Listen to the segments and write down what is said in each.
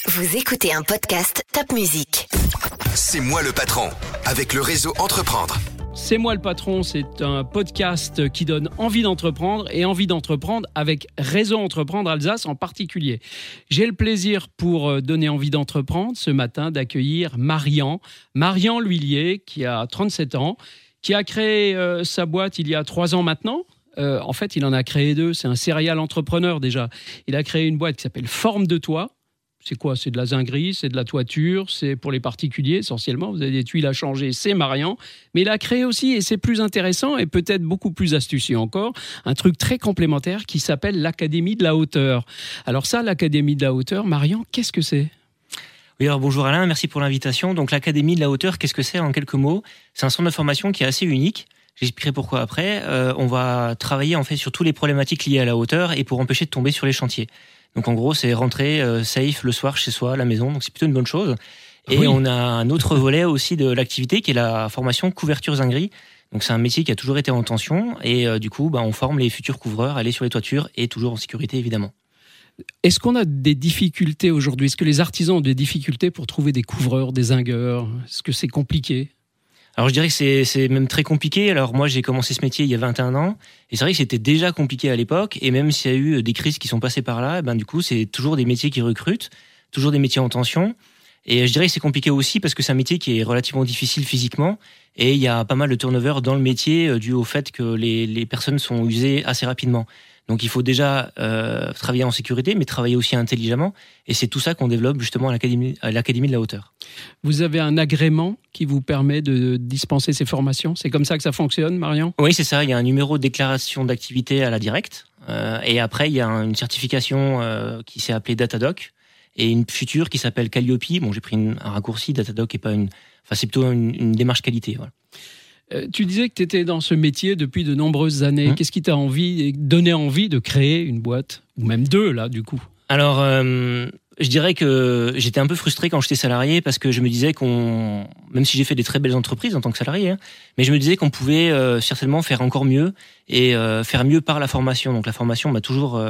Vous écoutez un podcast Top Musique. C'est moi le patron, avec le réseau Entreprendre. C'est moi le patron, c'est un podcast qui donne envie d'entreprendre et envie d'entreprendre avec Réseau Entreprendre Alsace en particulier. J'ai le plaisir pour donner envie d'entreprendre ce matin d'accueillir Marian L'Huillier qui a 37 ans, qui a créé sa boîte il y a 3 ans maintenant. En fait, il en a créé 2, c'est un serial entrepreneur déjà. Il a créé une boîte qui s'appelle Forme de Toit. C'est quoi ? C'est de la zinguerie, c'est de la toiture, c'est pour les particuliers essentiellement. Vous avez des tuiles à changer, c'est Marian. Mais il a créé aussi, et c'est plus intéressant et peut-être beaucoup plus astucieux encore, un truc très complémentaire qui s'appelle l'Académie de la Hauteur. Alors ça, l'Académie de la Hauteur, Marian, qu'est-ce que c'est ? Oui, alors bonjour Alain, merci pour l'invitation. Donc l'Académie de la Hauteur, qu'est-ce que c'est en quelques mots ? C'est un centre de formation qui est assez unique. J'expliquerai pourquoi après. On va travailler en fait sur toutes les problématiques liées à la hauteur et pour empêcher de tomber sur les chantiers. Donc en gros, c'est rentrer safe le soir chez soi, à la maison. Donc c'est plutôt une bonne chose. Et oui, on a un autre volet aussi de l'activité qui est la formation couverture zinguerie. Donc c'est un métier qui a toujours été en tension et du coup, on forme les futurs couvreurs à aller sur les toitures et toujours en sécurité évidemment. Est-ce qu'on a des difficultés aujourd'hui ? Est-ce que les artisans ont des difficultés pour trouver des couvreurs, des zingueurs ? Est-ce que c'est compliqué ? Alors je dirais que c'est même très compliqué. Alors moi j'ai commencé ce métier il y a 21 ans et c'est vrai que c'était déjà compliqué à l'époque et même s'il y a eu des crises qui sont passées par là, du coup c'est toujours des métiers qui recrutent, toujours des métiers en tension et je dirais que c'est compliqué aussi parce que c'est un métier qui est relativement difficile physiquement et il y a pas mal de turnover dans le métier dû au fait que les personnes sont usées assez rapidement. Donc il faut déjà travailler en sécurité, mais travailler aussi intelligemment. Et c'est tout ça qu'on développe justement à l'Académie de la Hauteur. Vous avez un agrément qui vous permet de dispenser ces formations ? C'est comme ça que ça fonctionne, Marian ? Oui, c'est ça. Il y a un numéro de déclaration d'activité à la directe. Et après, il y a une certification qui s'est appelée Datadoc. Et une future qui s'appelle Calliope. Bon, j'ai pris un raccourci. Datadoc est pas une... Enfin, c'est plutôt une démarche qualité, voilà. Tu disais que tu étais dans ce métier depuis de nombreuses années. Qu'est-ce qui t'a donné envie de créer une boîte ? Ou même 2, là, du coup ? Alors, je dirais que j'étais un peu frustré quand j'étais salarié parce que je me disais même si j'ai fait des très belles entreprises en tant que salarié, mais je me disais qu'on pouvait certainement faire encore mieux et faire mieux par la formation. Donc la formation m'a toujours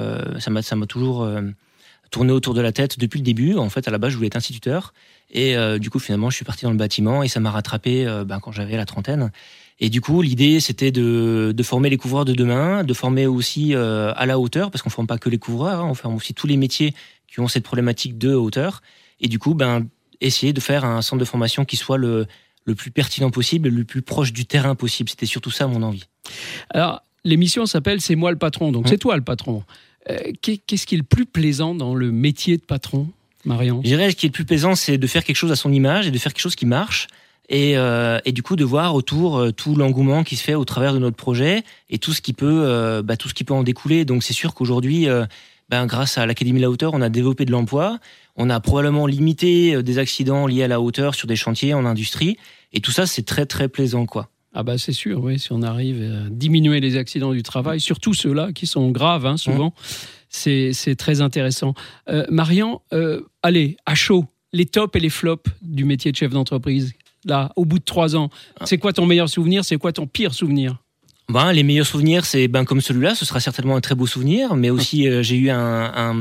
tourné autour de la tête depuis le début. En fait, à la base, je voulais être instituteur. Et du coup, finalement, je suis parti dans le bâtiment et ça m'a rattrapé quand j'avais la trentaine. Et du coup, l'idée, c'était de former les couvreurs de demain, de former aussi à la hauteur, parce qu'on ne forme pas que les couvreurs, on forme aussi tous les métiers qui ont cette problématique de hauteur. Et du coup, essayer de faire un centre de formation qui soit le plus pertinent possible, le plus proche du terrain possible. C'était surtout ça mon envie. Alors, l'émission s'appelle « C'est moi le patron », donc c'est toi le patron. Qu'est-ce qui est le plus plaisant dans le métier de patron, Marian ? Je dirais que ce qui est le plus plaisant, c'est de faire quelque chose à son image et de faire quelque chose qui marche. Et du coup, de voir autour tout l'engouement qui se fait au travers de notre projet et tout ce qui peut en découler. Donc, c'est sûr qu'aujourd'hui, grâce à l'Académie de la Hauteur, on a développé de l'emploi. On a probablement limité des accidents liés à la hauteur sur des chantiers en industrie. Et tout ça, c'est très, très plaisant, quoi. Ah c'est sûr, oui, si on arrive à diminuer les accidents du travail, surtout ceux-là qui sont graves, souvent, c'est très intéressant. Marian, allez, à chaud, les tops et les flops du métier de chef d'entreprise, là, au bout de 3 ans, c'est quoi ton meilleur souvenir, c'est quoi ton pire souvenir ? Les meilleurs souvenirs, c'est comme celui-là, ce sera certainement un très beau souvenir, mais aussi j'ai eu un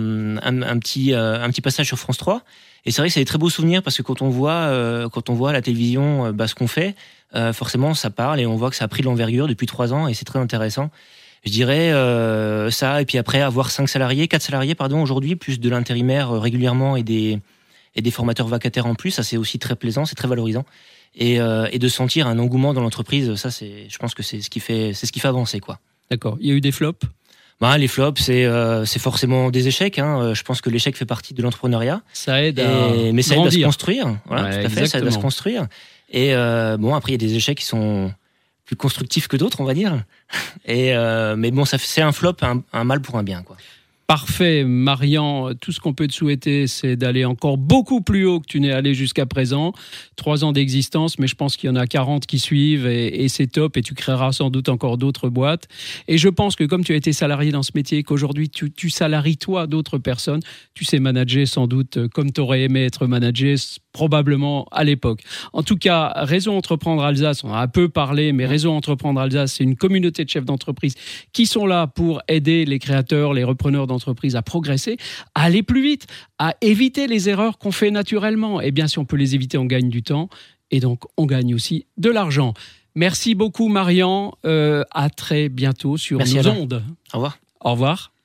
petit passage sur France 3, et c'est vrai que c'est des très beaux souvenirs parce que quand on voit à la télévision ce qu'on fait, forcément ça parle et on voit que ça a pris de l'envergure depuis 3 ans et c'est très intéressant. Je dirais ça, et puis après avoir 4 salariés aujourd'hui, plus de l'intérimaire régulièrement et des formateurs vacataires en plus, ça c'est aussi très plaisant, c'est très valorisant. Et de sentir un engouement dans l'entreprise, ça je pense que c'est ce qui fait avancer, quoi. D'accord. Il y a eu des flops ? Les flops, c'est forcément des échecs. Je pense que l'échec fait partie de l'entrepreneuriat. Ça aide mais ça aide à se construire. Voilà, ouais, tout à fait, ça aide à se construire. Et après il y a des échecs qui sont plus constructifs que d'autres, on va dire. Mais c'est un flop, un mal pour un bien, quoi. Parfait, Marian. Tout ce qu'on peut te souhaiter, c'est d'aller encore beaucoup plus haut que tu n'es allé jusqu'à présent. 3 ans d'existence, mais je pense qu'il y en a 40 qui suivent et c'est top. Et tu créeras sans doute encore d'autres boîtes. Et je pense que comme tu as été salarié dans ce métier, qu'aujourd'hui tu salaries toi d'autres personnes, tu sais manager sans doute comme tu aurais aimé être managé probablement à l'époque. En tout cas, Réseau Entreprendre Alsace, on a un peu parlé, mais Réseau Entreprendre Alsace, c'est une communauté de chefs d'entreprise qui sont là pour aider les créateurs, les repreneurs d'entreprise l'entreprise à progresser, à aller plus vite, à éviter les erreurs qu'on fait naturellement. Et bien, si on peut les éviter, on gagne du temps et donc on gagne aussi de l'argent. Merci beaucoup, Marian. À très bientôt sur nos ondes. Au revoir. Au revoir.